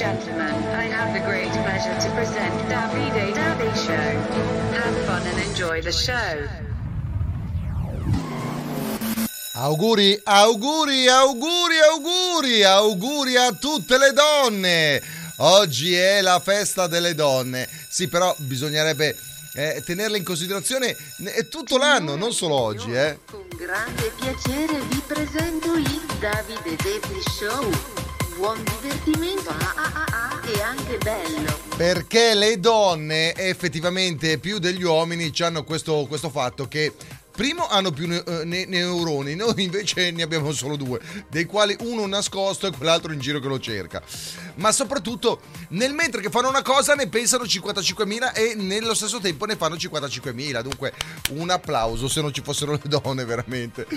gentlemen, I have the great pleasure to present Davide Davide Show. Have fun and enjoy the show. Auguri, auguri, auguri, auguri, auguri a tutte le donne. Oggi è la festa delle donne. Sì, però bisognerebbe tenerle in considerazione tutto l'anno, non solo oggi. Con grande piacere vi presento il Davide Davide Show. Buon divertimento e anche bello. Perché le donne effettivamente più degli uomini hanno questo fatto che primo hanno più neuroni, noi invece ne abbiamo solo 2, dei quali uno nascosto e quell'altro in giro che lo cerca. Ma soprattutto nel mentre che fanno una cosa ne pensano 55.000 e nello stesso tempo ne fanno 55.000. Dunque un applauso se non ci fossero le donne, veramente.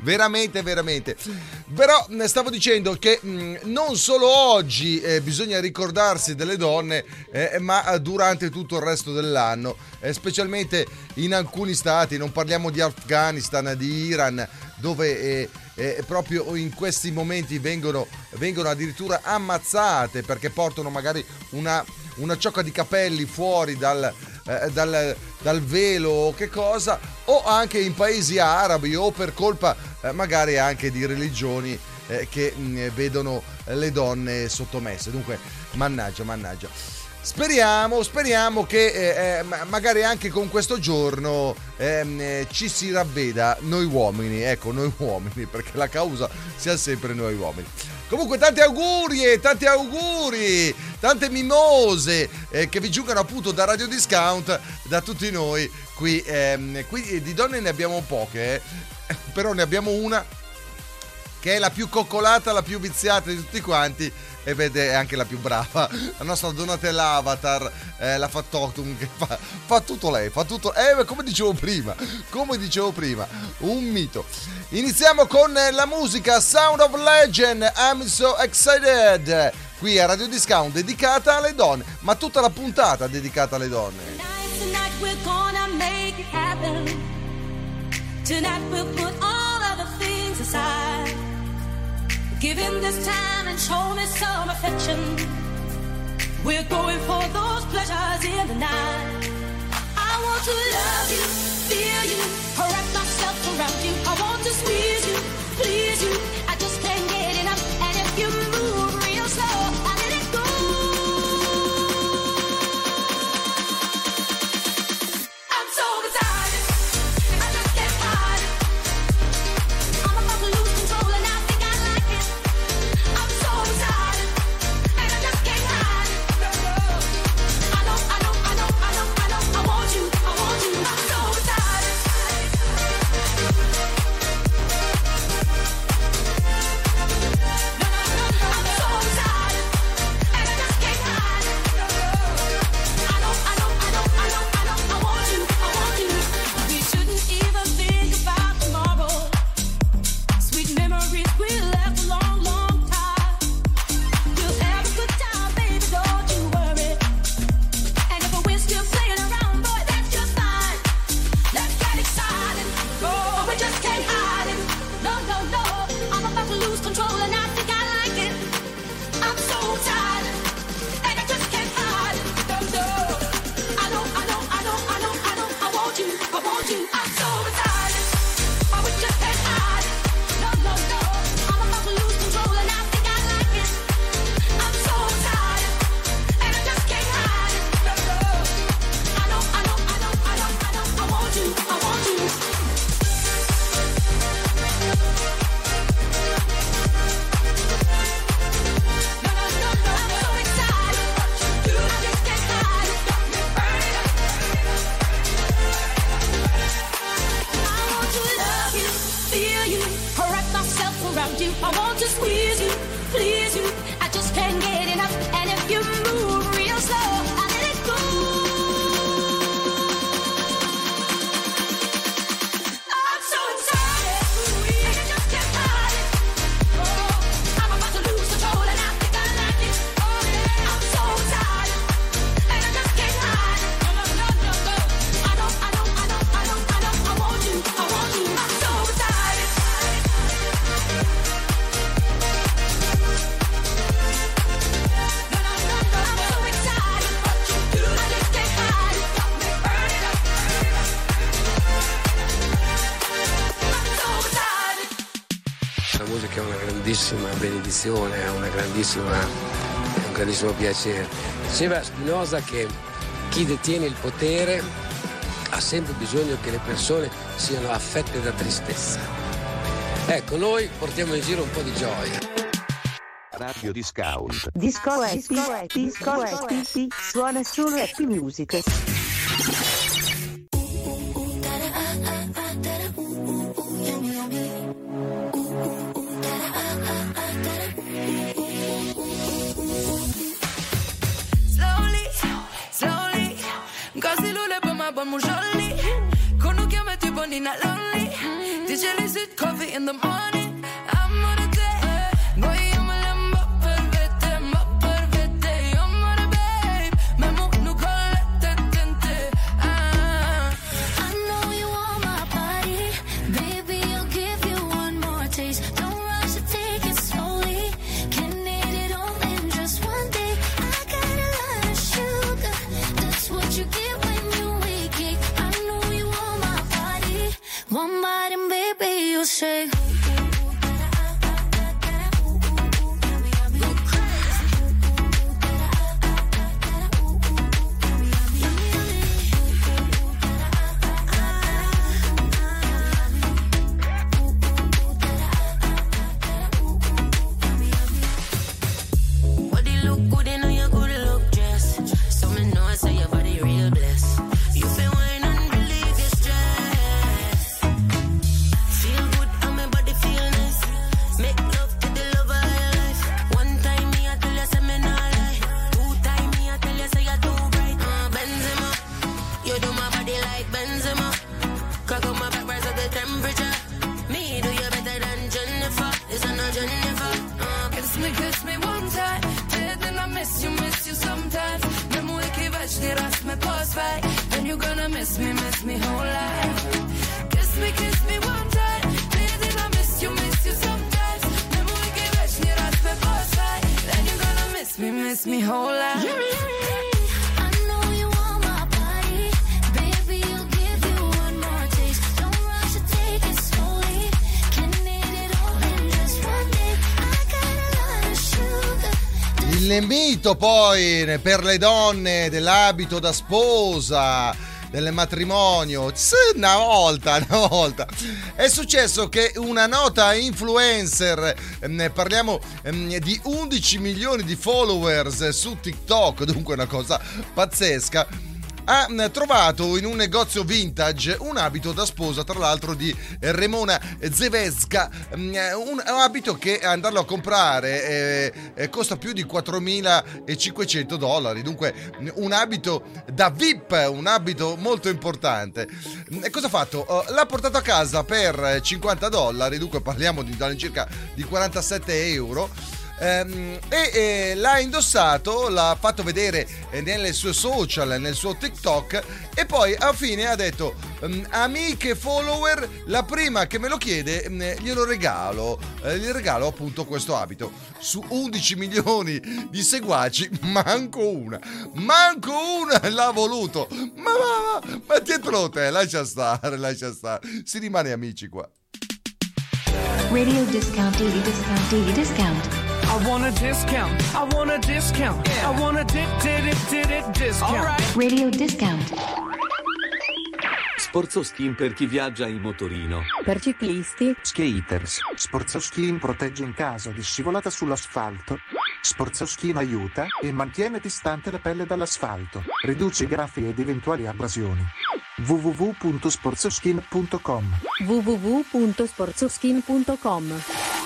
Però stavo dicendo che non solo oggi bisogna ricordarsi delle donne, ma durante tutto il resto dell'anno, specialmente in alcuni stati. Non parliamo di Afghanistan, di Iran, dove proprio in questi momenti vengono addirittura ammazzate perché portano magari una ciocca di capelli fuori dal velo o che cosa, o anche in paesi arabi, o per colpa magari anche di religioni che vedono le donne sottomesse. Dunque mannaggia. Speriamo che magari anche con questo giorno ci si ravveda noi uomini, perché la causa sia sempre noi uomini. Comunque tanti auguri, tante mimose che vi giungano appunto da Radio Discount, da tutti noi. Qui di donne ne abbiamo poche, però ne abbiamo una che è la più coccolata, la più viziata di tutti quanti, e vede è anche la più brava, la nostra Donatella Avatar, la Fattotum, che fa tutto lei, come dicevo prima, un mito. Iniziamo con la musica Sound of Legend, I'm So Excited, qui a Radio Discount, dedicata alle donne, ma tutta la puntata dedicata alle donne. Tonight we're gonna make it happen. Tonight we'll put all other things aside. Give him this time and show me some affection. We're going for those pleasures in the night. I want to love you, feel you, wrap myself around you. I want to squeeze you, please you. I just can't get enough. And if you move real slow, I let it go. I'm so excited, I just can't hide it. I'm about to lose control and I think I like it. I'm so excited, and I just can't hide it. I know, I want you. I'm so excited. I'm so excited, and I just can't hide it. I know, I want you. We shouldn't even think about tomorrow. Sweet memories will last a long, long time. We'll have a good time, baby, don't you worry. And if we're still playing around, boy, that's just fine. Let's get excited. Oh, we just can't hide it. No. I'm about to lose control and I think I like it. I'm so tired, and I just can't hide it. No. I know. I want you. I'm so excited. Oh, we just can't hide it. No. I'm about to lose control and I think I like it. I'm so tired, and I just can't hide it. No. I know. I want you. I want to squeeze you, please you. I just can't get enough. And if you move real slow, I let it go. I'm so excited, and I just can't hide it. Oh, I'm about to lose control and I think I like it. I'm so excited, and I just can't hide it. No. I know. I want you. I'm so excited. grandissima benedizione, è un grandissimo piacere. Diceva Spinoza che chi detiene il potere ha sempre bisogno che le persone siano affette da tristezza. Ecco, noi portiamo in giro un po' di gioia. Radio Discount. Disco Happy, suona solo happy music. Slowly, così lui le può ma buon mujolli. Con un chiame tipo Nina Lonely. Dice lei sweet coffee in the morning. Amore te, voy io me lembo per vete, io amore babe. Me munu con le tente. I know you want my body, baby, I'll give you one more taste. Don't rush to take it slowly, can eat it all in just one day. I got a lot of sugar, that's what you get when you wake it. I know you want my body, one bite and baby, you'll say. Body look good in all your good look dress. So me know I say your body real blessed. You feel wine and relieve your stress. Feel good and my body feel nice. Make love to the lover of your life. One time me I tell you say me not lie. Two time me I tell you say you're too bright. Benzema, you do my body like Benzema. Cock up my back rise up the temperature. Me do you better than Jennifer. It's not Jennifer. Kiss me one time. Then I miss you sometimes. Memo che večni raz me pozvaj. Then you gonna miss me whole life. Kiss me one time. Then I miss you sometimes. Memo che večni raz me pozvaj. Then you gonna miss me whole life. I know you want my body, baby, I'll give you one more taste. Don't rush to take it slowly, can eat it all in just one day. I got a lot of sugar. Il mito poi per le donne dell'abito da sposa, del matrimonio. Una volta è successo che una nota influencer, parliamo di 11 milioni di followers su TikTok, dunque una cosa pazzesca, ha trovato in un negozio vintage un abito da sposa, tra l'altro di Remona Zeveska, un abito che andarlo a comprare costa più di $4.500, dunque un abito da VIP, un abito molto importante. E cosa ha fatto? L'ha portato a casa per $50, dunque parliamo di all'incirca di 47 euro. E l'ha indossato, l'ha fatto vedere nelle sue social, nel suo TikTok, e poi a fine ha detto: amiche follower, la prima che me lo chiede gli regalo appunto questo abito. Su 11 milioni di seguaci manco una l'ha voluto. Ma dietro te, lascia stare, si rimane amici qua. Radio discount, daily discount. I want a discount. Yeah. I want a discount. All right. Radio discount. Sportsoskin per chi viaggia in motorino. Per ciclisti, Skaters. Sportsoskin protegge in caso di scivolata sull'asfalto. Sportsoskin aiuta e mantiene distante la pelle dall'asfalto. Riduce graffi ed eventuali abrasioni. www.sportsoskin.com. www.sportsoskin.com.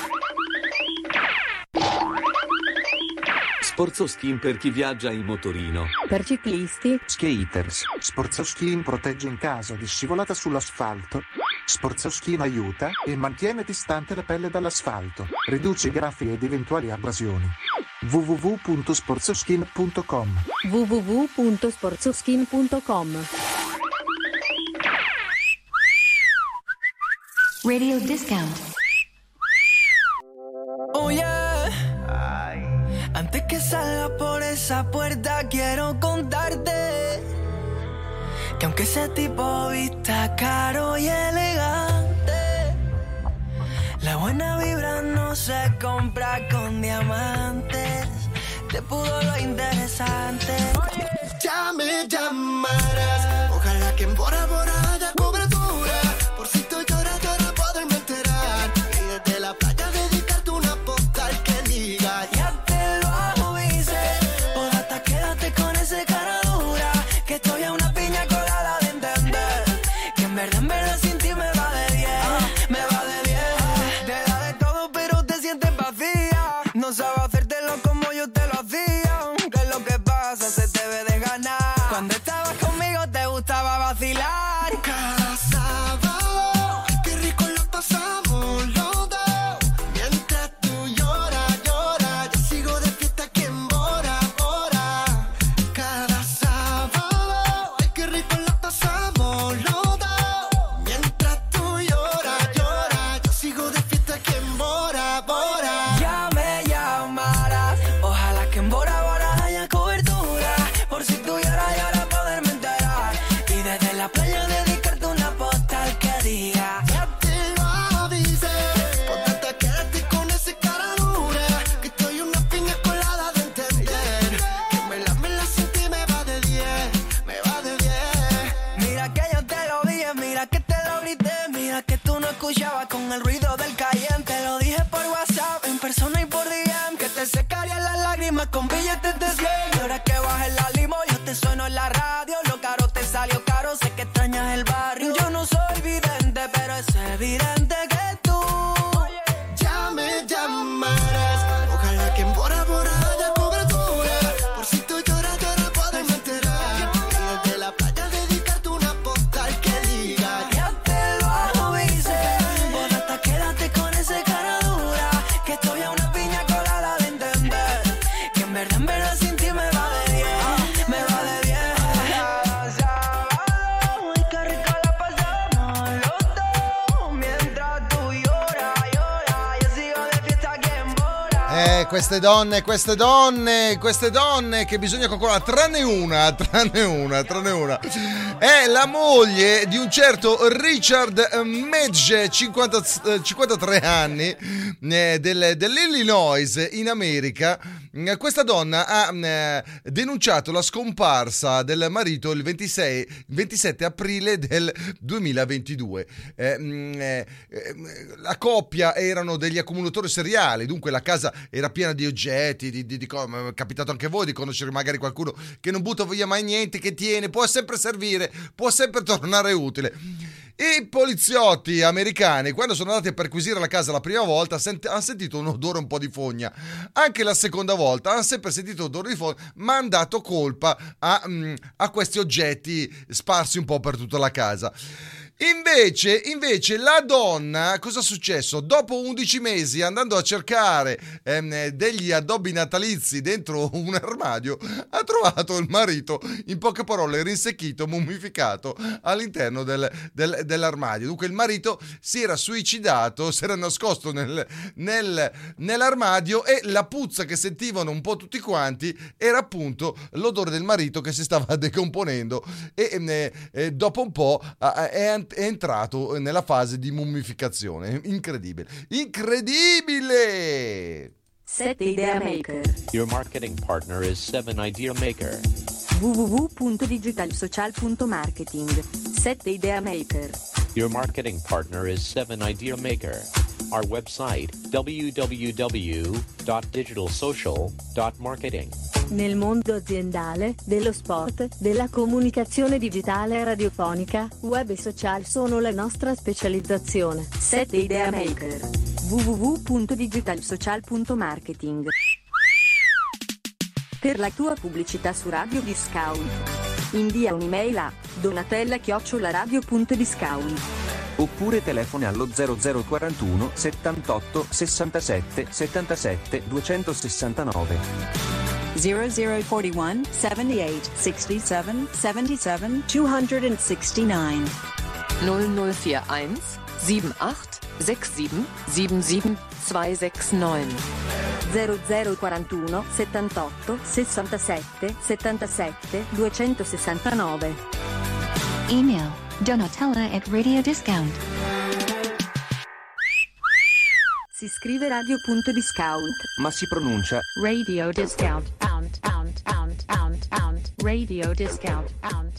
Sportsoskin per chi viaggia in motorino. Per ciclisti, Skaters. Sportsoskin protegge in caso di scivolata sull'asfalto. Sportsoskin aiuta e mantiene distante la pelle dall'asfalto. Riduce graffi ed eventuali abrasioni. www.sportsoskin.com. www.sportsoskin.com. Radio discount. Oh yeah. Antes que salga por esa puerta quiero contarte que aunque ese tipo vista caro y elegante, le voy buena vibra no se compra con diamantes. Te pudo lo interesante. Ya me llamarás. Ojalá que en Bora Bora haya cobertura. Por si tú lloras, llora poderme enterar. Y desde la playa dedicarte una postal que diga: ya te lo avisé. O hasta quédate con ese cara dura. Que estoy a una piña colada de entender. Que en verdad sin ti me va de 10. Me va de 10. Te da de todo pero te sientes vacía. No sabes hacértelo como yo te lo hacía. Que es lo que pasa, se te ve de ganar. Cuando estabas conmigo te gustaba vacilar. Cada sábado, ay, qué rico lo pasamos los dos. Mientras tú lloras, lloras, yo sigo de fiesta aquí en Bora Bora. Cada sábado, ay, qué rico lo pasamos los dos. Mientras tú lloras, lloras, yo sigo de fiesta aquí en Bora Bora. Ya me llamarás. Ojalá que en Bora Bora haya cobertura. Por si tú lloras, lloras poderme enterar. Y desde la playa dedicarte una postal que diga: ya te lo avisé. Ponte hasta quédate con ese cara dura. Que estoy una piña colada de entender. Que me la sin ti me va de 10. Me va de 10. Mira que yo te lo dije, mira que te lo grité. Mira que tú no escuchabas con el ruido del Cayenne. Te lo dije por WhatsApp, en persona y por DM. Que te secarían las lágrimas con billetes de 100. Y ahora que bajes la limo, yo te sueno en la radio. Lo caro te salió caro, sé que extrañas el barrio. Yo no soy vidente, pero es evidente que tú Ya me llamarás. Ojalá que en Bora Bora haya cobertura. Por si tú lloras, lloras poderme enterar. Y desde la playa dedicarte una postal que diga: ya te lo avisé. Vos hasta quédate con ese cara dura. Que estoy a una piña colada de entender. Que en verdad sin ti me va de 10. Me va de 10. Ay, qué rico la pasamos los dos. Mientras tú lloras, lloras, yo sigo de fiesta aquí en Bora. Queste donne che bisogna coccolare, tranne una. È la moglie di un certo Richard Medge, 53 anni, dell'Illinois in America. Questa donna ha denunciato la scomparsa del marito il 27 aprile del 2022. La coppia erano degli accumulatori seriali, dunque la casa era piena di oggetti, è capitato anche a voi di conoscere magari qualcuno che non butta via mai niente, che tiene, può sempre servire, può sempre tornare utile. I poliziotti americani, quando sono andati a perquisire la casa la prima volta, hanno sentito un odore un po' di fogna. Anche la seconda volta hanno sempre sentito odore di fogna, ma hanno dato colpa a questi oggetti sparsi un po' per tutta la casa. Invece la donna, cosa è successo? Dopo 11 mesi, andando a cercare degli addobbi natalizi dentro un armadio, ha trovato il marito, in poche parole, rinsecchito, mummificato all'interno dell'armadio. Dunque il marito si era suicidato, si era nascosto nell'armadio, e la puzza che sentivano un po' tutti quanti era appunto l'odore del marito che si stava decomponendo, e dopo un po' è entrato nella fase di mummificazione. Incredibile. 7 Idea Maker. Your marketing partner is 7 Idea Maker. www.digitalsocial.marketing. 7 Idea Maker. Your marketing partner is 7 Idea Maker. Our website www.digitalsocial.marketing. Nel mondo aziendale, dello sport, della comunicazione digitale e radiofonica, web e social sono la nostra specializzazione. 7 Idea Maker. www.digitalsocial.marketing. Per la tua pubblicità su Radio Discount, invia un'email a donatella@radio.discount. Oppure telefona allo 0041 78 67 77 269. 0041 78 67 77 269. 0041 78 67 77 269. 0041 78 67 77 269. Email donatella@radiodiscount. Si scrive radio.discount, ma si pronuncia Radio Discount, Radio Discount,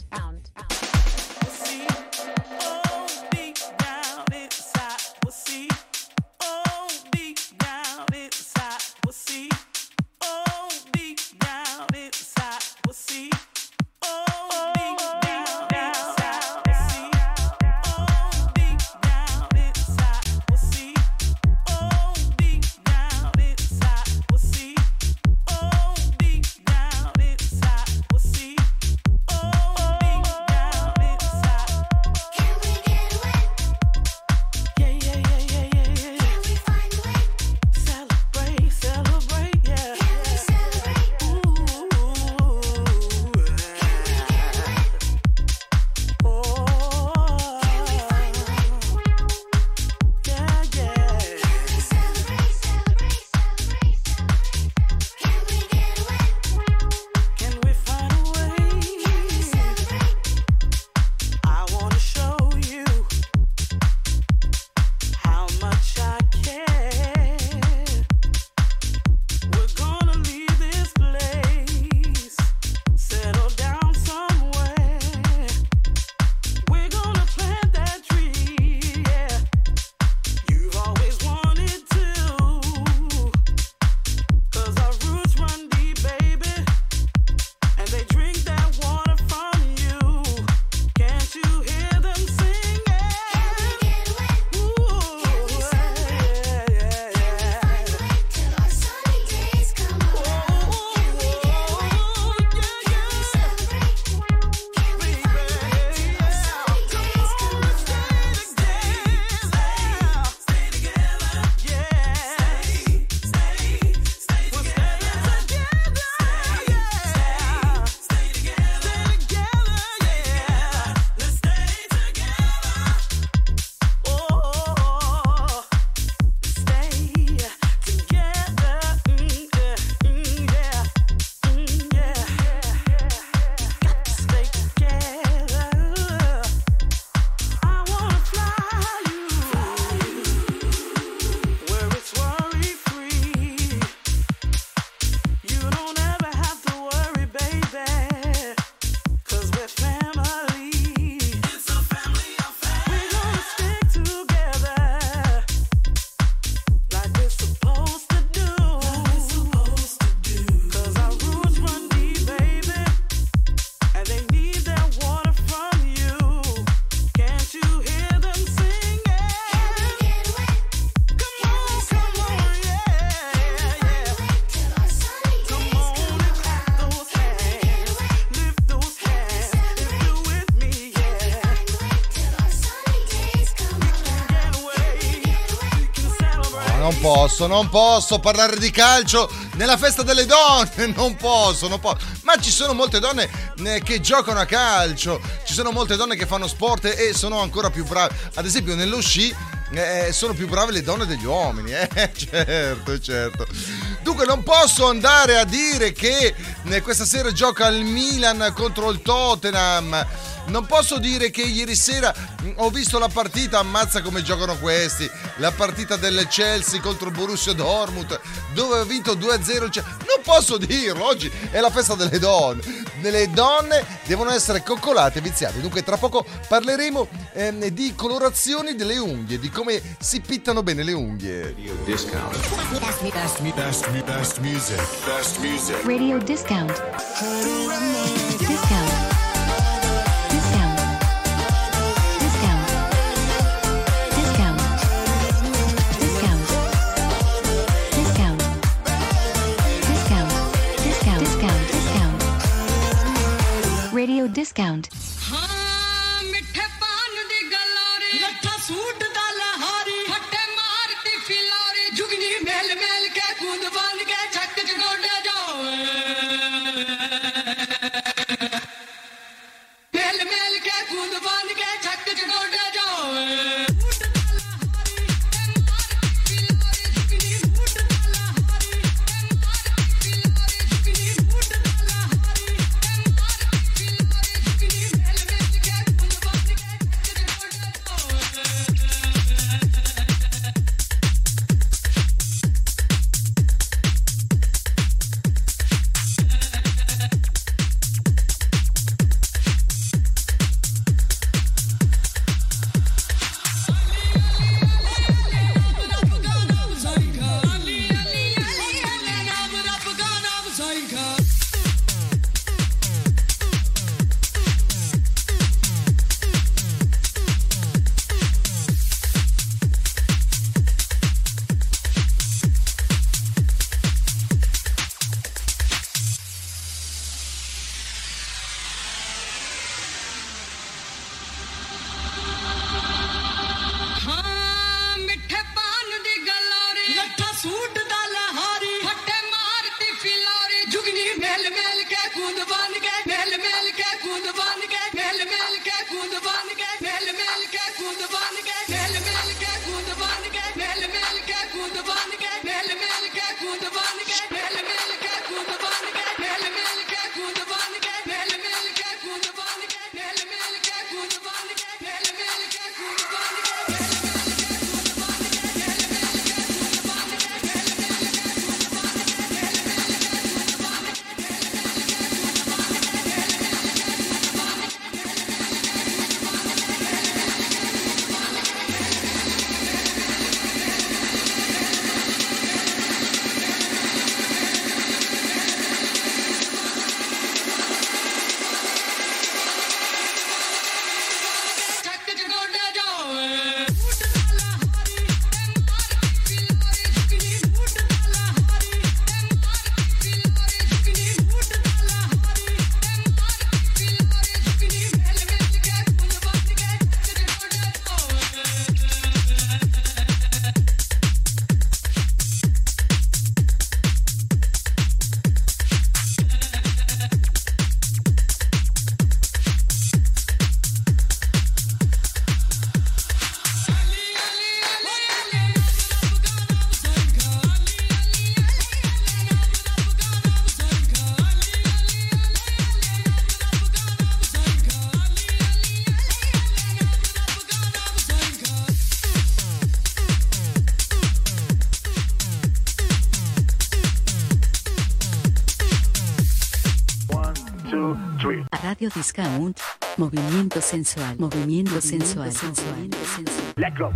Non posso parlare di calcio nella festa delle donne, non posso. Ma ci sono molte donne che giocano a calcio, ci sono molte donne che fanno sport e sono ancora più brave. Ad esempio nello sci sono più brave le donne degli uomini, certo. Dunque non posso andare a dire che questa sera gioca il Milan contro il Tottenham. Non posso dire che ieri sera ho visto la partita, ammazza come giocano questi, la partita del Chelsea contro il Borussia Dortmund, dove ha vinto 2-0 il Chelsea. Non posso dirlo, oggi è la festa delle donne. Le donne devono essere coccolate e viziate. Dunque tra poco parleremo di colorazioni delle unghie, di come si pittano bene le unghie. Best music. Radio Discount. Discount. Radio Discount. मिठे पान दी गलोरी लट्ठा सूट दा लहारी फट्टे मारती फिलौरी जुगनी मेल मेल के कूद बांध के छक च गोडे जाओ Radio Discount. Movimiento sensual. Movimiento sensual. Let go.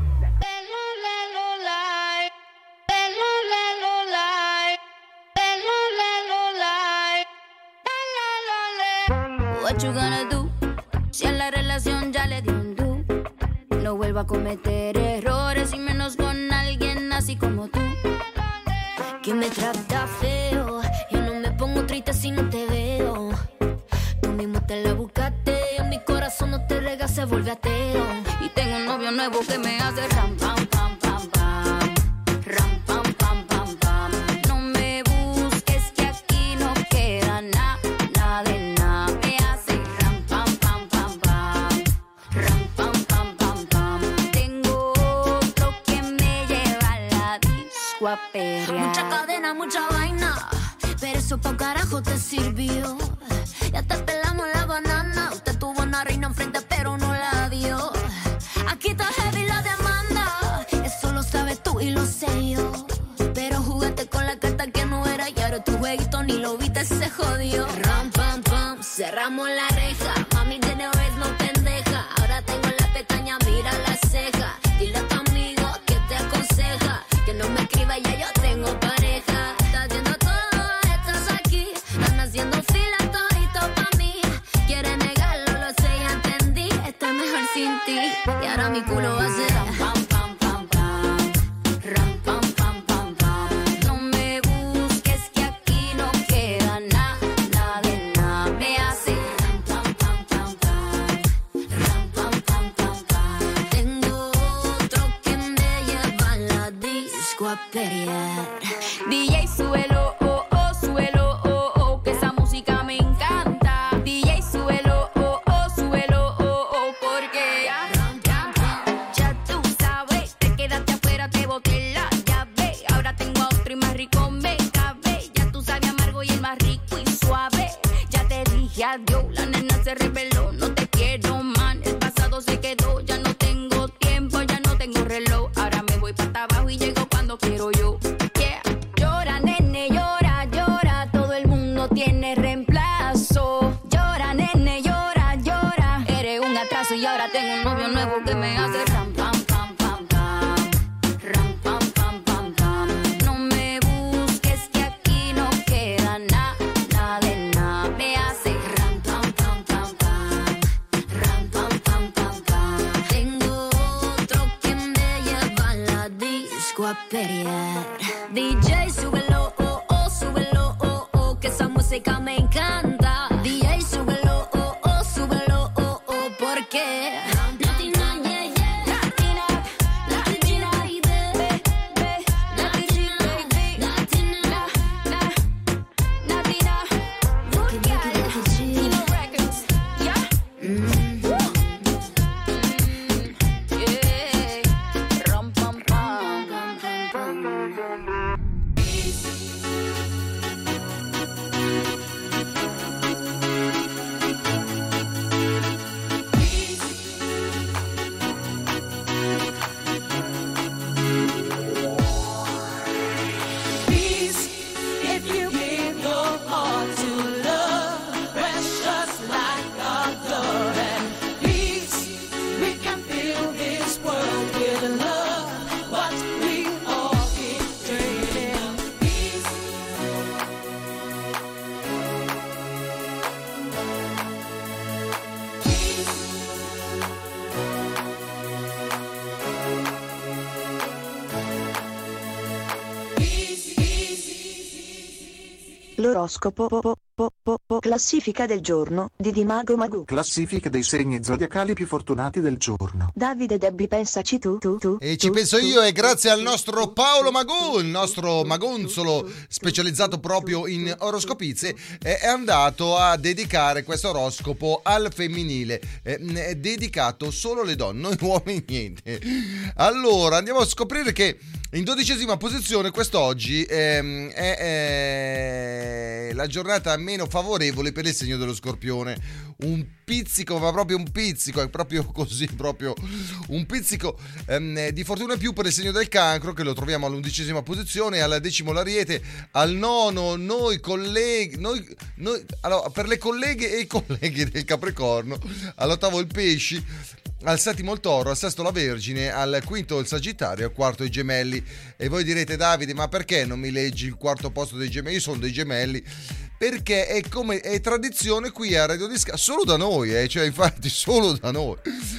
What you gonna do? Si a la relación ya le dio un do. No vuelvo a cometer errores y menos con alguien así como tú, que me trata feo. Yo no me pongo triste si no te veo. Tú mismo te la buscaste. En mi corazón no te rega, se vuelve ateo. Y tengo un novio nuevo que me hace ram pam pam pam pam. Ram pam pam pam pam. No me busques que aquí no queda nada, nada de nada. Me hace ram pam pam pam pam. Ram pam pam pam pam. Tengo otro que me lleva a la disco a perrear. Mucha cadena, mucha vaina, pero eso pa' carajo te sirvió. Ya te pelamos la banana. Usted tuvo una reina enfrente pero no la dio. Aquí está heavy la demanda. Eso lo sabes tú y lo sé yo. Pero jugaste con la carta que no era y ahora tu jueguito ni lo viste, se jodió. Ram pam pam, cerramos la reja. Mami tiene vez no pendeja. Ahora tengo la pestaña, mira la ceja. Dile a tu amigo que te aconseja que no me escriba, ya yo tengo pareja. Estás haciendo todo, estás aquí. Están haciendo fila todito pa' mí. Quiere negarlo, lo sé, ya entendí. Estoy mejor sin ti. Y ahora mi culo va a ser ram pam pam pam pam. Ram pam pam pam pam. No me busques que aquí no queda nada, nada de nada. Me hace ram pam pam pam pam. Ram pam pam pam pam. Tengo otro que me lleva a la disco a pelear. DJ súbelo, oh oh, súbelo, oh oh, que esa música me encanta. DJ súbelo, oh oh, súbelo, oh oh, porque ya tú sabes, te quedaste afuera, te boté la llave. Ahora tengo a otro y más rico me cabe. Ya tú sabes amargo y el más rico y suave. Ya te dije adiós, la nena se reveló. No te quiero, man, el pasado se quedó. Ya no tengo tiempo, ya no tengo reloj. Ahora me voy para abajo y llego cuando quiero yo. Yeah. Llora, nene, llora, llora. Todo el mundo tiene reemplazo. Llora, nene, llora, llora. Eres un atraso y ahora tengo un novio nuevo que me hace ram pam pam pam pam. Ram pam pam pam pam. No me busques que aquí no queda nada, nada de nada. Me hace ram pam pam pam pam. Ram pam pam pam pam. Tengo otro que me lleva a la disco a pelear. DJ súbelo, oh oh, súbelo, oh oh, que esa música me encanta. DJ súbelo, oh oh, súbelo, oh oh, porque Latina, yeah, yeah. Latina, Latina, baby, Latina, baby, Latina, Latina, Latino Records, yeah. Yeah. Ram pam pam, pam pam pam. Peace, if you give your heart to love, precious like a dove. And peace, we can fill this world with love, but we all keep trading. Peace. L'oroscopo classifica del giorno di Dimago Magù. Classifica dei segni zodiacali più fortunati del giorno. Davide Debbie, pensaci tu. E ci penso io, e grazie al nostro Paolo Magù, il nostro magonzolo specializzato proprio in oroscopizie, è andato a dedicare questo oroscopo al femminile, è dedicato solo alle donne, noi uomini niente. Allora andiamo a scoprire che in 12ª posizione quest'oggi è la giornata meno favorevole favorevoli per il segno dello Scorpione. Un pizzico, ma proprio un pizzico, è proprio così, proprio un pizzico di fortuna in più per il segno del Cancro, che lo troviamo all'11ª posizione, al 10° l'Ariete, al 9° noi allora, per le colleghe e i colleghi del Capricorno, all'8° il Pesci, al 7° il Toro, al 6° la Vergine, al 5° il Sagittario, al 4° i Gemelli. E voi direte: Davide, ma perché non mi leggi il 4° posto dei Gemelli? Io sono dei Gemelli, perché è tradizione qui a Radio Disca, solo da noi, cioè infatti solo da noi.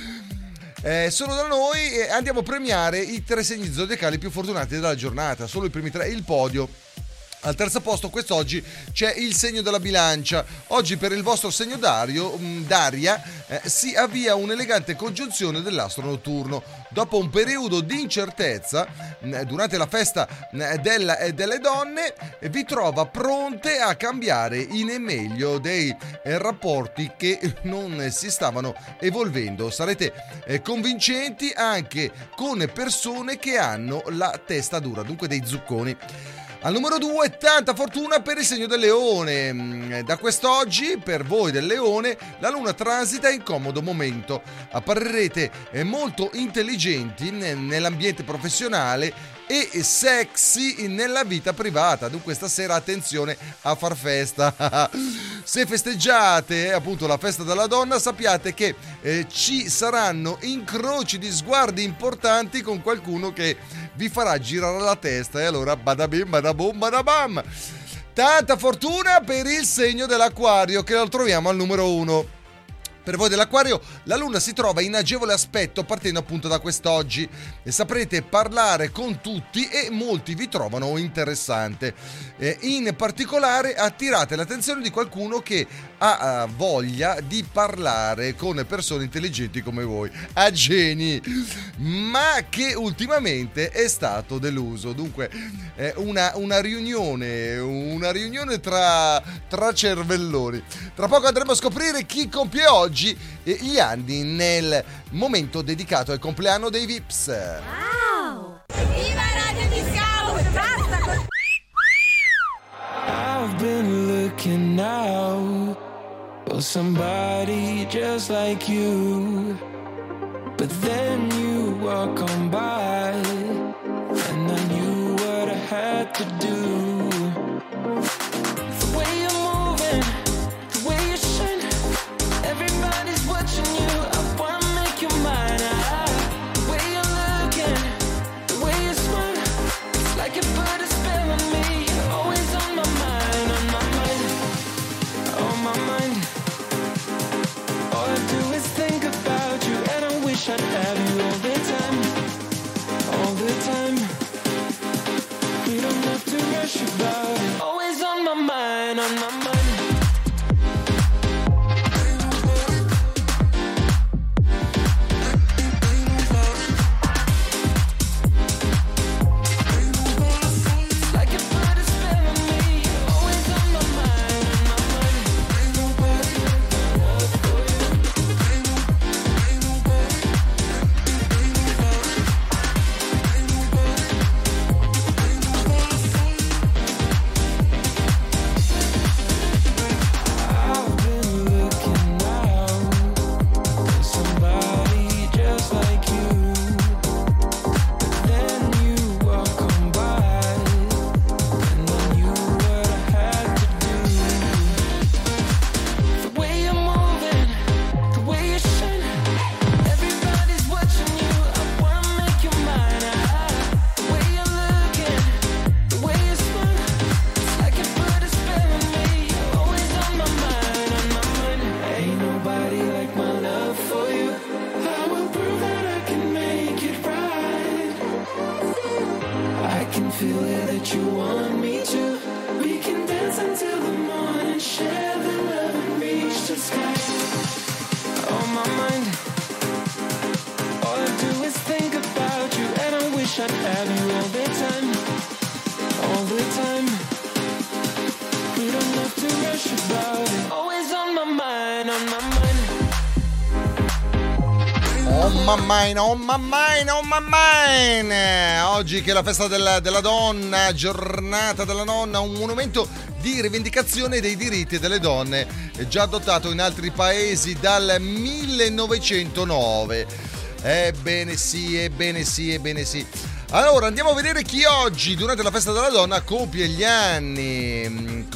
Solo da noi andiamo a premiare i 3 segni zodiacali più fortunati della giornata, solo i primi 3, il podio. Al 3° posto quest'oggi c'è il segno della Bilancia. Oggi per il vostro segno d'aria si avvia un'elegante congiunzione dell'astro notturno. Dopo un periodo di incertezza durante la festa delle donne, vi trova pronte a cambiare in meglio dei rapporti che non si stavano evolvendo. Sarete convincenti anche con persone che hanno la testa dura, dunque dei zucconi. Al numero 2, tanta fortuna per il segno del Leone. Da quest'oggi, per voi del Leone, la luna transita in comodo momento. Apparirete molto intelligenti nell'ambiente professionale e sexy nella vita privata. Dunque stasera attenzione a far festa. Se festeggiate appunto la festa della donna, sappiate che ci saranno incroci di sguardi importanti con qualcuno che vi farà girare la testa, e allora badabim badabum badabam. Tanta fortuna per il segno dell'Acquario, che lo troviamo al numero 1. Per voi dell'Acquario la luna si trova in agevole aspetto partendo appunto da quest'oggi, e saprete parlare con tutti e molti vi trovano interessante. In particolare attirate l'attenzione di qualcuno che ha voglia di parlare con persone intelligenti come voi, a geni, ma che ultimamente è stato deluso. Dunque una riunione tra cervelloni. Tra poco andremo a scoprire chi compie oggi gli anni nel momento dedicato al compleanno dei Vips. Wow! Viva Radio Disco! Basta! I've been looking out for somebody just like you, but then you walk on by and I knew what I had to do. The way you're moving, the way you shine, everybody's watching you. I wanna make you mine. The way you're looking, the way you smile, it's like you put a spell on me. You're always on my mind, on my mind, on my mind. All I do is think about you, and I wish I'd have you all the time, all the time. We don't have to rush about it. Always on my mind, on my mind. On my mind. Oggi che è la festa della donna, giornata della nonna, un monumento di rivendicazione dei diritti delle donne, già adottato in altri paesi dal 1909. Ebbene sì. Allora andiamo a vedere chi oggi durante la festa della donna compie gli anni.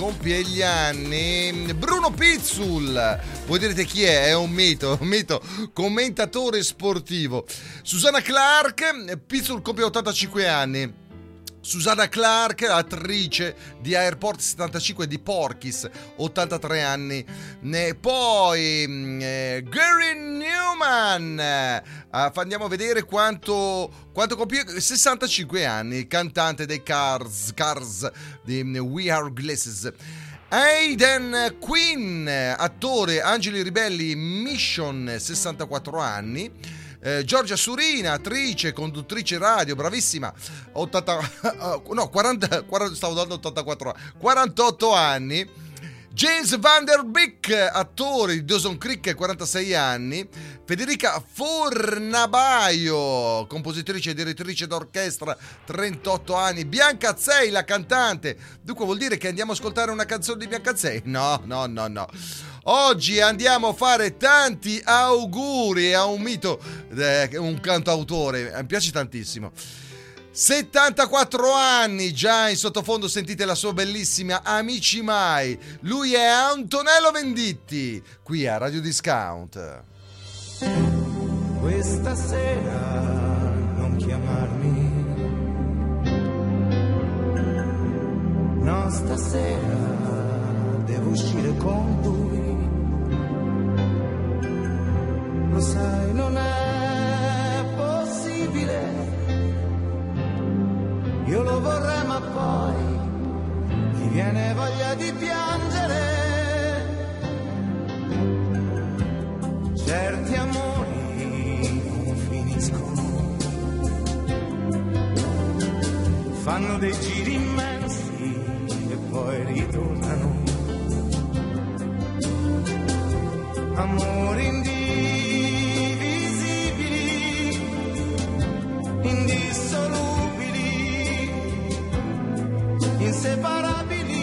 Bruno Pizzul. Voi direte chi è? È un mito, commentatore sportivo. Susanna Clark. Pizzul compie 85 anni. Susanna Clark, attrice di Airport 75 di Porky's, 83 anni. Poi Gary Newman, andiamo a vedere quanto compie, 65 anni, cantante dei Cars di We Are Glasses. Aidan Quinn, attore, Angeli Ribelli, Mission, 64 anni. Giorgia Surina, attrice, conduttrice radio, bravissima, 48 anni. James Van Der Beek, attore di Dawson Creek, 46 anni. Federica Fornabaio, compositrice e direttrice d'orchestra, 38 anni. Bianca Azzei, la cantante. Dunque vuol dire che andiamo a ascoltare una canzone di Bianca Azzei? No. Oggi andiamo a fare tanti auguri a un mito, un cantautore, mi piace tantissimo. 74 anni, già in sottofondo sentite la sua bellissima Amici Mai. Lui è Antonello Venditti, qui a Radio Discount. Questa sera non chiamarmi, no, stasera devo uscire con lui. Lo sai, non è possibile. Io lo vorrei, ma poi mi viene voglia di piangere. Certi amori non finiscono, fanno dei giri immensi e poi ritornano. Amori indivisibili, indissolubili, inseparabili,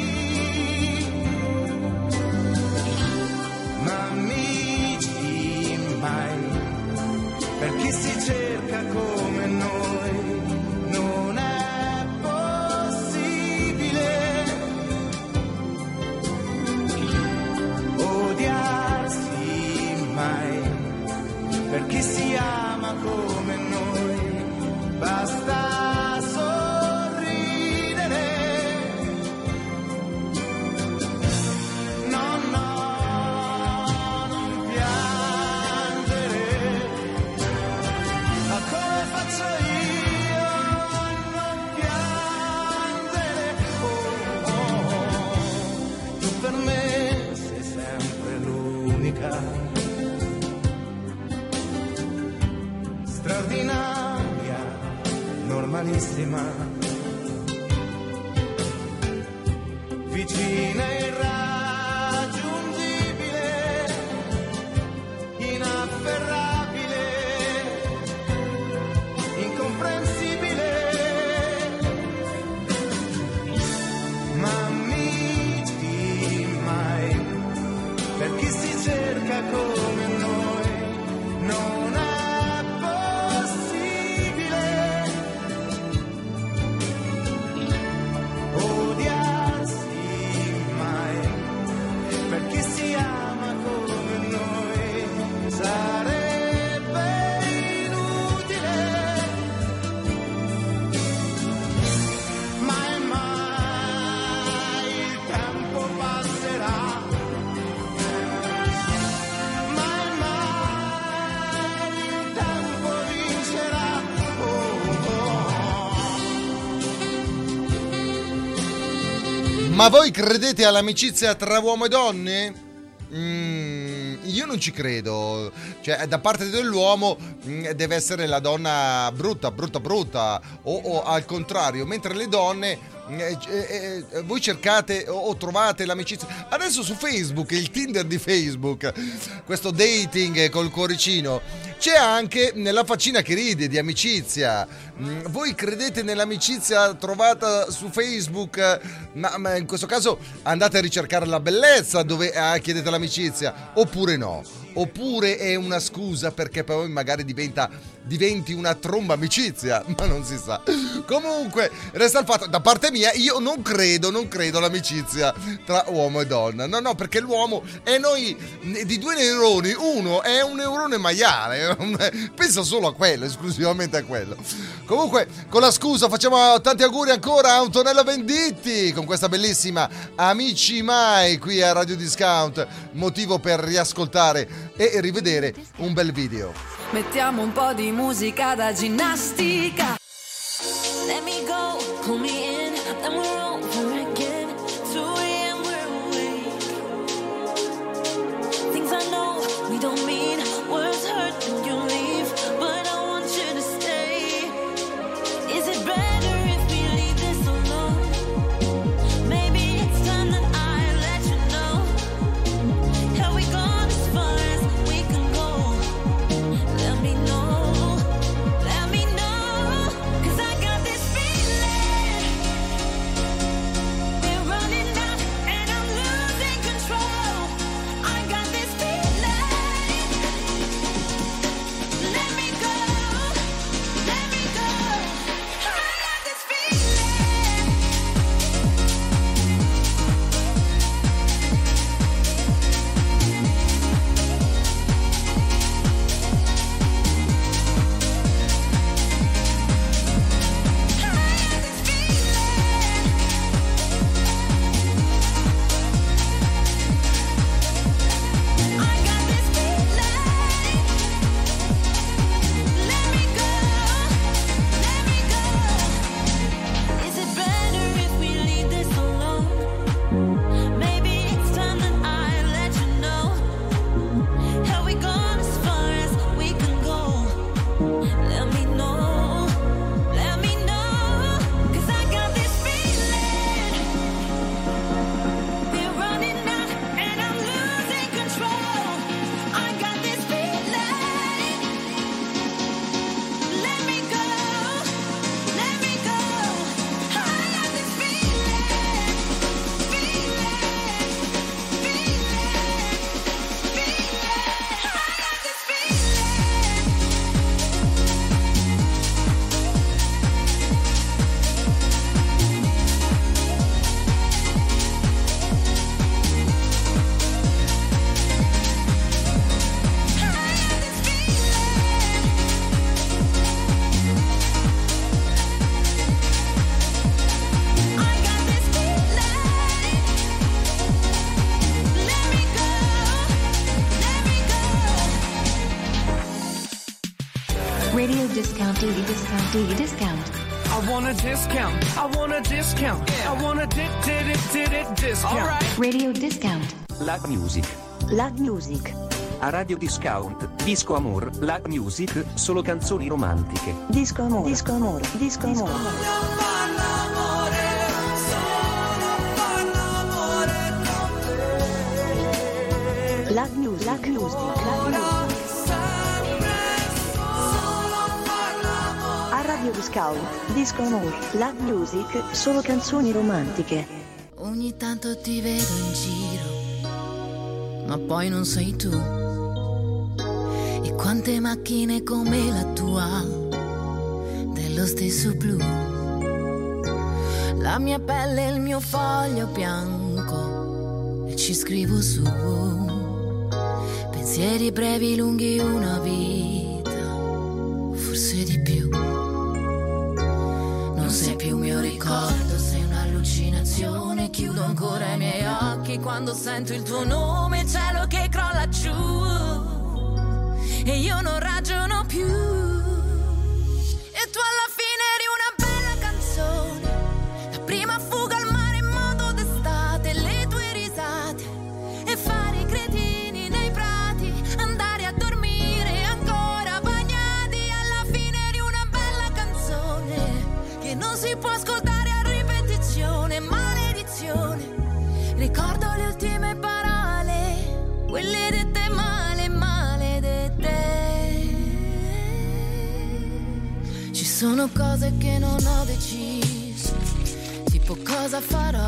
ma amici mai, per chi si cerca come noi, non è possibile odiarsi mai, per chi si ama come noi, basta sorridere. No, non piangere, ma come faccio io a non piangere? Tu per me sei sempre l'unica, straordinaria, normalissima, vicina e irraggiungibile, inafferrabile, incomprensibile, ma amici mai, per chi si cerca come noi, non è Ma voi credete all'amicizia tra uomo e donne? Io non ci credo. Cioè, da parte dell'uomo deve essere la donna brutta o al contrario, mentre le donne voi cercate o trovate l'amicizia. Adesso su Facebook, il Tinder di Facebook, questo dating col cuoricino, C'è anche la faccina che ride di amicizia. Voi credete nell'amicizia trovata su Facebook? Ma in questo caso andate a ricercare la bellezza dove chiedete l'amicizia, oppure no? Oppure è una scusa perché poi magari diventi una tromba amicizia, ma non si sa. Comunque resta il fatto, da parte mia, io non credo all'amicizia tra uomo e donna. No, perché l'uomo, e noi di due neuroni, uno è un neurone maiale, pensa solo a quello, esclusivamente a quello. Comunque, con la scusa facciamo tanti auguri ancora a Antonella Venditti con questa bellissima Amici Mai qui a Radio Discount, motivo per riascoltare e rivedere un bel video. Mettiamo un po' di musica da ginnastica. Let me go, pull me in, then we're over again. 2 a.m. we're awake. Things I know we don't mean, words hurt when you leave, but I want you to stay. Is it better if we leave this alone? Maybe it's time that I let you know. Have we gone as far as we can go? Let me know, let me know, 'cause I got this feeling. We're running out and I'm losing control. I got this feeling. Let me go, let me go. I got this feeling. Is it better if we leave this alone? Maybe it's time that I let you know. Have we gone as far as we can go? Let me know, 'cause I got this feeling. We're running out and I'm losing control. I got this feeling. Let me go, let me go. I got this feeling, feeling. I got this Radio discount, daily discount, daily discount. I want a discount. I want a discount. I want a discount. All right. Radio discount. Lag Music. Lag Music. A Radio Discount, Disco Amor, Lag Music, solo canzoni romantiche. Disco amore, disco amore, disco amore. Lag Music, Lag Music, Lag Music. A Radio Discount, Disco Amore, Lag Music, solo canzoni romantiche. Ogni tanto ti vedo in giro, ma poi non sei tu. E quante macchine come la tua, dello stesso blu. La mia pelle è il mio foglio bianco e ci scrivo su. Pensieri brevi, lunghi, una vita, forse di più. Non sei più mio ricordo, sei un'allucinazione. Chiudo ancora i miei occhi quando sento il tuo nome, il cielo che crolla giù e io non ragiono più. E tu alla fine eri una bella canzone, la prima fuga al mare in moto d'estate, le tue risate e fare i cretini nei prati, andare a dormire ancora bagnati. Alla fine eri una bella canzone che non si può ascoltare a ripetizione. Maledizione, ricordo le ultime parole, quelle dette male, maledette. sono cose che non ho deciso, tipo cosa farò,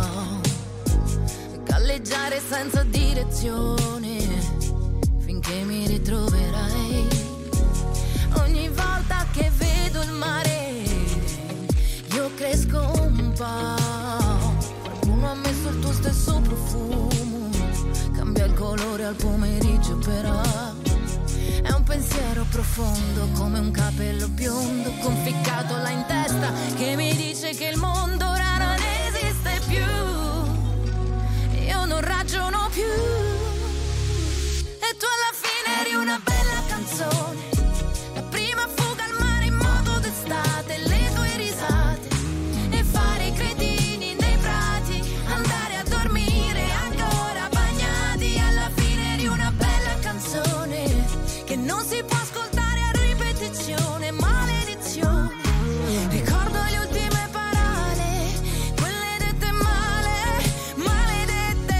galleggiare senza direzione, finché mi ritroverai. Ogni volta che vedo il mare, io cresco un po'. Qualcuno ha messo il tuo stesso profumo, cambia il colore al pomeriggio però. È un pensiero profondo come un capello biondo conficcato là in testa che mi dice che il mondo ora non esiste più. Io non ragiono più. E tu alla fine eri una bella canzone, la prima fuga al mare in moto d'estate, le tue risate e fare i cretini nei prati, andare a dormire ancora bagnati. Alla fine eri una bella canzone che non si può ascoltare a ripetizione, maledizione. Ricordo le ultime parole, quelle dette male, maledette.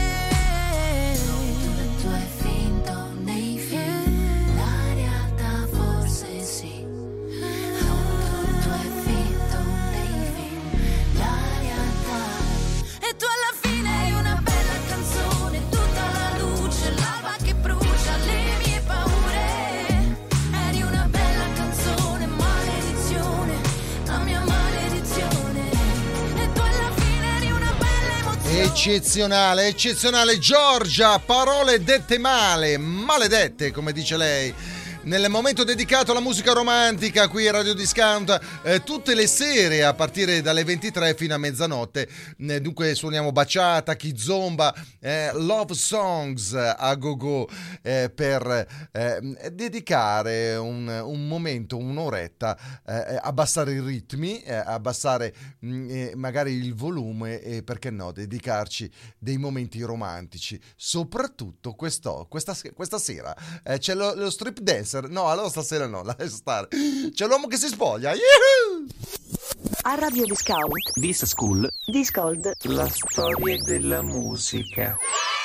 Tu hai finto nei film, la realtà forse sì. Tu hai finto nei film, la realtà. E tu alla fine hai una bella canzone, tutta la luce, l'alba che brucia le mie paure. Eri una bella canzone, maledizione, la mia maledizione. E tu alla fine eri una bella emozione. Eccezionale, eccezionale Giorgia, parole dette male, maledette come dice lei. Nel momento dedicato alla musica romantica qui a Radio Discount, tutte le sere a partire dalle 23 fino a mezzanotte, dunque suoniamo baciata, kizomba, love songs a go-go, per dedicare un momento, un'oretta, abbassare i ritmi, abbassare magari il volume e perché no dedicarci dei momenti romantici, soprattutto questa sera c'è lo strip dancer. No, allora stasera no, lascia stare. C'è l'uomo che si spoglia. Yuhu! A Radio Discount. This School. Discold. La storia della musica.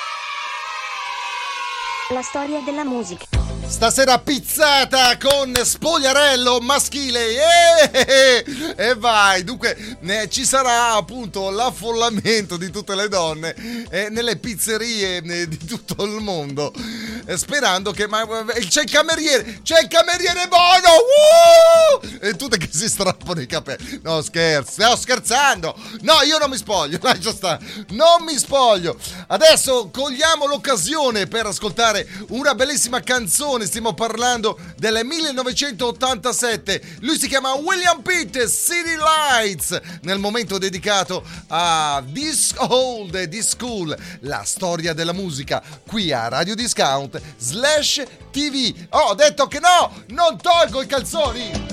La storia della musica. Stasera pizzata con spogliarello maschile e vai, dunque ci sarà appunto l'affollamento di tutte le donne nelle pizzerie di tutto il mondo, sperando che c'è il cameriere buono, e tutte che si strappano i capelli. No, sto scherzando, no, io non mi spoglio, lascia stare, non mi spoglio. Adesso cogliamo l'occasione per ascoltare una bellissima canzone. Stiamo parlando del 1987. Lui si chiama William Pitt, City Lights, nel momento dedicato a This Old, This School, la storia della musica qui a Radio Discount /TV. Ho detto che no, non tolgo i calzoni.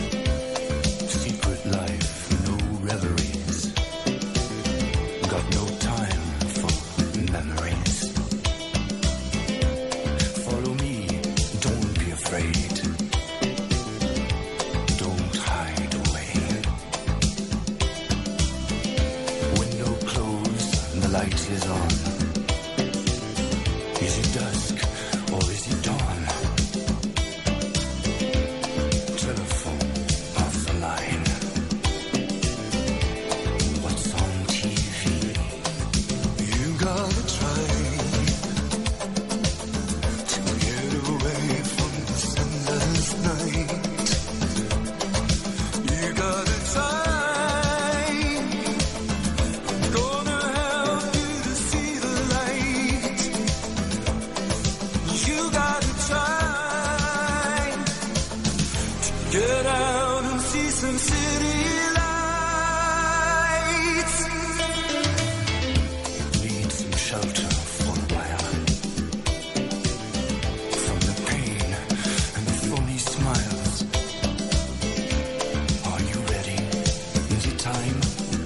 Light is on. Is it dusk or is it dawn? Telephone off the line. What's on TV? You gotta try to get away from this endless night. You gotta try. Get out and see some city lights. Need some shelter for a while from the pain and the phony smiles. Are you ready? Is it time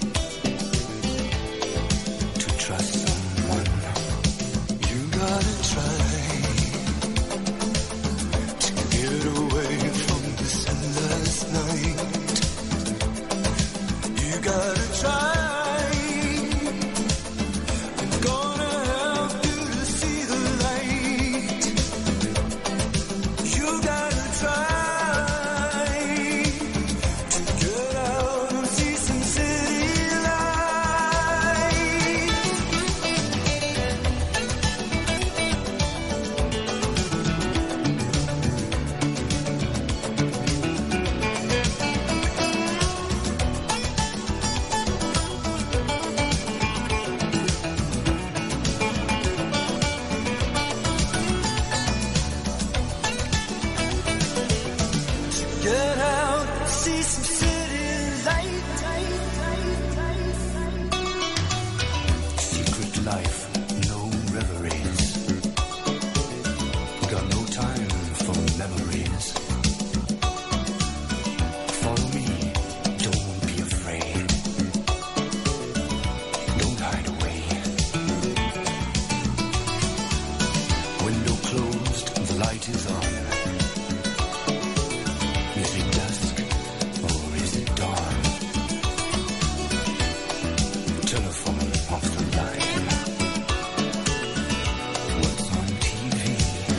to trust someone? You gotta try to get away from this endless night. You gotta try. I'm gonna help you to see the light. You gotta try Get out, see some city light. Secret life, no reveries. Got no time for memories. Follow me, don't be afraid. Don't hide away. Window closed, the light is on. Is it dusk or is it dawn? Telephone off the line. What's on TV?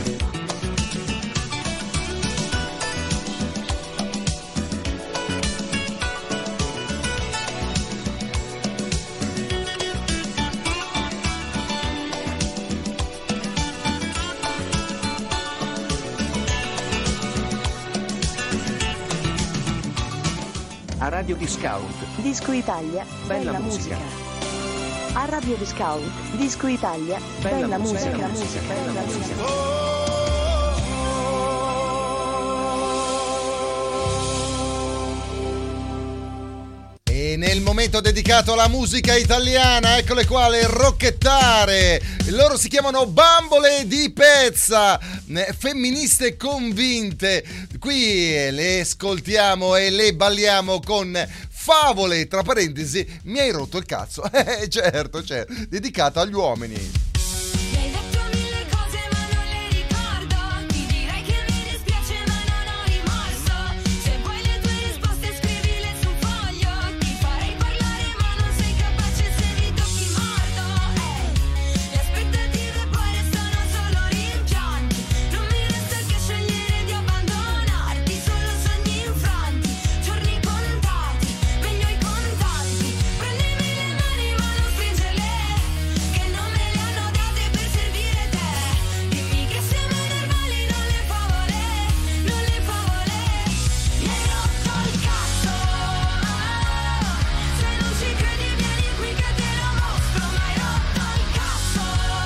A Radio Discount. Disco Italia, Bella bella musica. musica. A Radio Discount, Disco Italia, bella musica. bella musica. E nel momento dedicato alla musica italiana, eccole qua le rocchettare. Loro si chiamano Bambole di Pezza, femministe convinte. Qui le ascoltiamo e le balliamo con Favole, tra parentesi, mi hai rotto il cazzo. Certo, dedicata agli uomini. Mi hai detto mille cose ma non le ricordo. Ti direi che mi dispiace ma non ho rimorso. Se vuoi le tue risposte scrivile su un foglio. Ti farei parlare ma non sei capace se mi tocchi morto. Le aspettative poi restano solo rimpianti. Non mi resta che scegliere di abbandonarti. Solo sogni infranti, giorni contati, meglio i contanti. Prendimi le mani ma non stringerle, che non me le hanno date per servire te. Dimmi che siamo normali, non le favole, non le favole. Mi hai rotto il cazzo. Se non ci credi vieni qui che te lo mostro. Mi hai rotto il cazzo.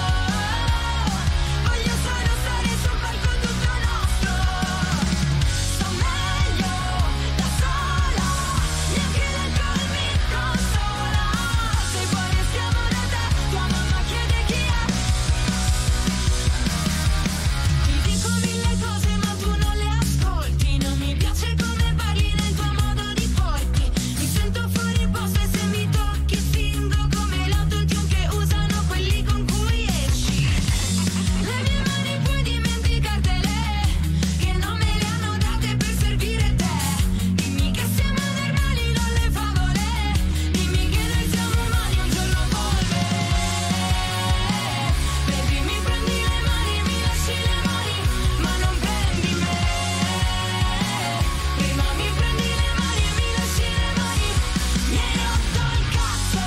Voglio solo stare sul palco tutto nostro. Sto meglio da sola, neanche l'alcol mi consola. Se poi restiamo da te, tua mamma chiede chi è. Ti dico mille cose ma tu non le ascolti. Non mi piace come parli nel tuo modo di porti. Mi sento fuori posto e se mi tocchi spingo come l'autotune che usano quelli con cui esci. Le mie mani puoi dimenticartele, che non me le hanno date per servire te. Dimmi che siamo normali, non le favole. Dimmi che noi siamo umani, un giorno polve. Baby mi prendi le mani e mi lasci le mani, ma non prendi me. Prima mi prendi le mani e mi lasci le mani. Mi hai rotto il cazzo.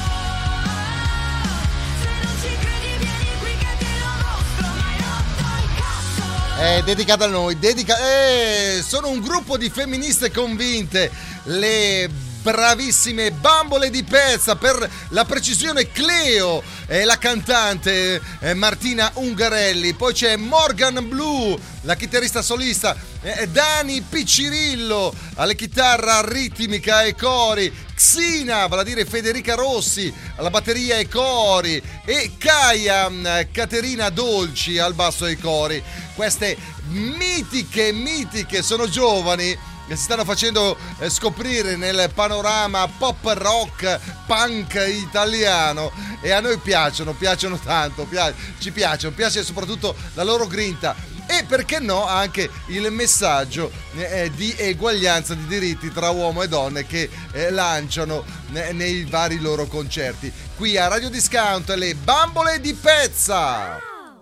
Se non ci credi vieni qui che te lo mostro. Mi hai rotto il cazzo. È dedicata a noi, sono un gruppo di femministe convinte, le bravissime Bambole di Pezza, per la precisione Cleo, la cantante Martina Ungarelli, poi c'è Morgan Blue, la chitarrista solista, Dani Piccirillo alle chitarra ritmica e cori, Xina, vale a dire Federica Rossi alla batteria e cori, e Kaia Caterina Dolci al basso e cori. Queste mitiche sono giovani che si stanno facendo scoprire nel panorama pop rock punk italiano, e a noi piacciono tanto, ci piace soprattutto la loro grinta e perché no anche il messaggio di eguaglianza di diritti tra uomo e donne che lanciano nei vari loro concerti. Qui a Radio Discount le Bambole di Pezza.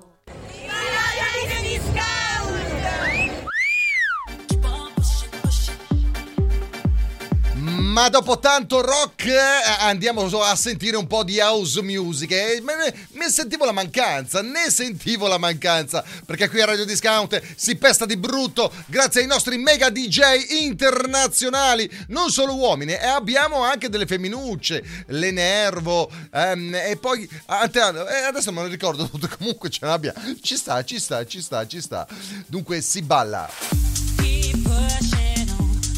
Ma dopo tanto rock andiamo a sentire un po' di house music e ne sentivo la mancanza, perché qui a Radio Discount si pesta di brutto grazie ai nostri mega DJ internazionali, non solo uomini, e abbiamo anche delle femminucce, le Nervo, e poi adesso me lo ricordo tutto, comunque ce l'abbiamo, ci sta, dunque si balla. Keep pushing on.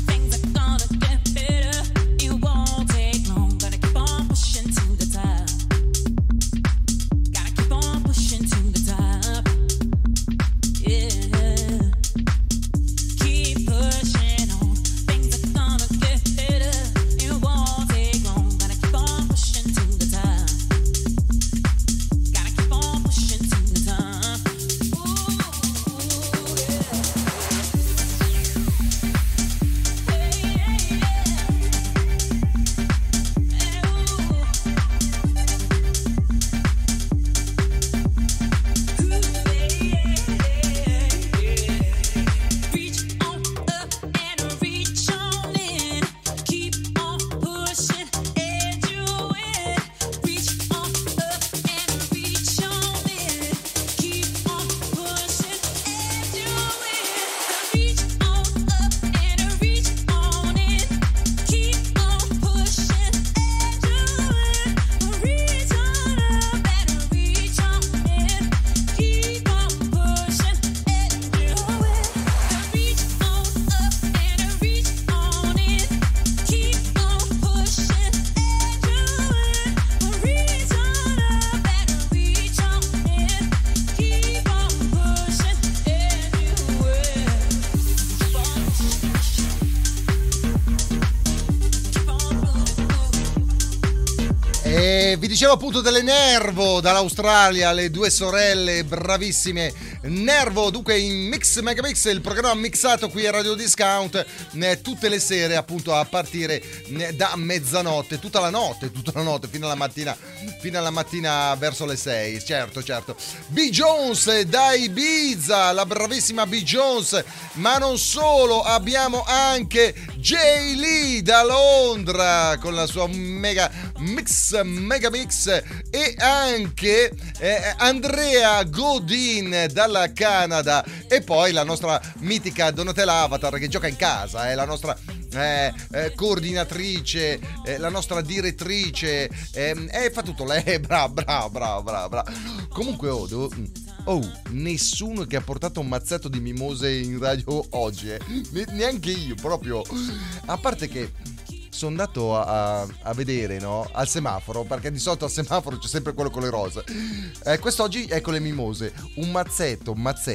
Vi dicevo appunto delle Nervo dall'Australia, le due sorelle bravissime Nervo, dunque in Mix Megamix, il programma mixato qui a Radio Discount tutte le sere appunto a partire da mezzanotte, tutta la notte fino alla mattina verso le 6, certo. B. Jones da Ibiza, la bravissima B. Jones, ma non solo, abbiamo anche Jay Lee da Londra con la sua Megamix e anche Andrea Godin dalla Canada, e poi la nostra mitica Donatella Avatar che gioca in casa, la nostra coordinatrice, la nostra direttrice, fa tutto lei, brava. Comunque nessuno che ha portato un mazzetto di mimose in radio oggi, neanche io, proprio, a parte che sono andato a vedere, no, al semaforo, perché di solito al semaforo c'è sempre quello con le rose. Quest'oggi ecco le mimose, un mazzetto,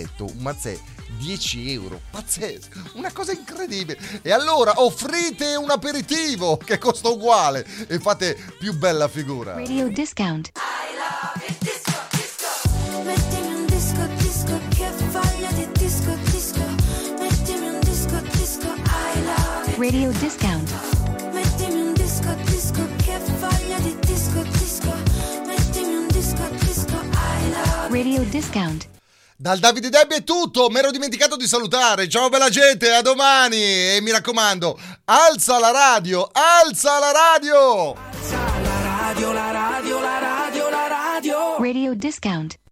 10 euro, pazzesco, una cosa incredibile. E allora offrite un aperitivo che costa uguale e fate più bella figura. Radio Discount. Mettimi un disco che voglia di disco. Mettimi un disco I love it. Radio Discount. Mettimi un disco che voglia di disco. Mettimi un disco I love it. Radio Discount. Dal Davide Debbie è tutto, mi ero dimenticato di salutare. Ciao bella gente, a domani, e mi raccomando, alza la radio. Alza la radio. Radio Discount.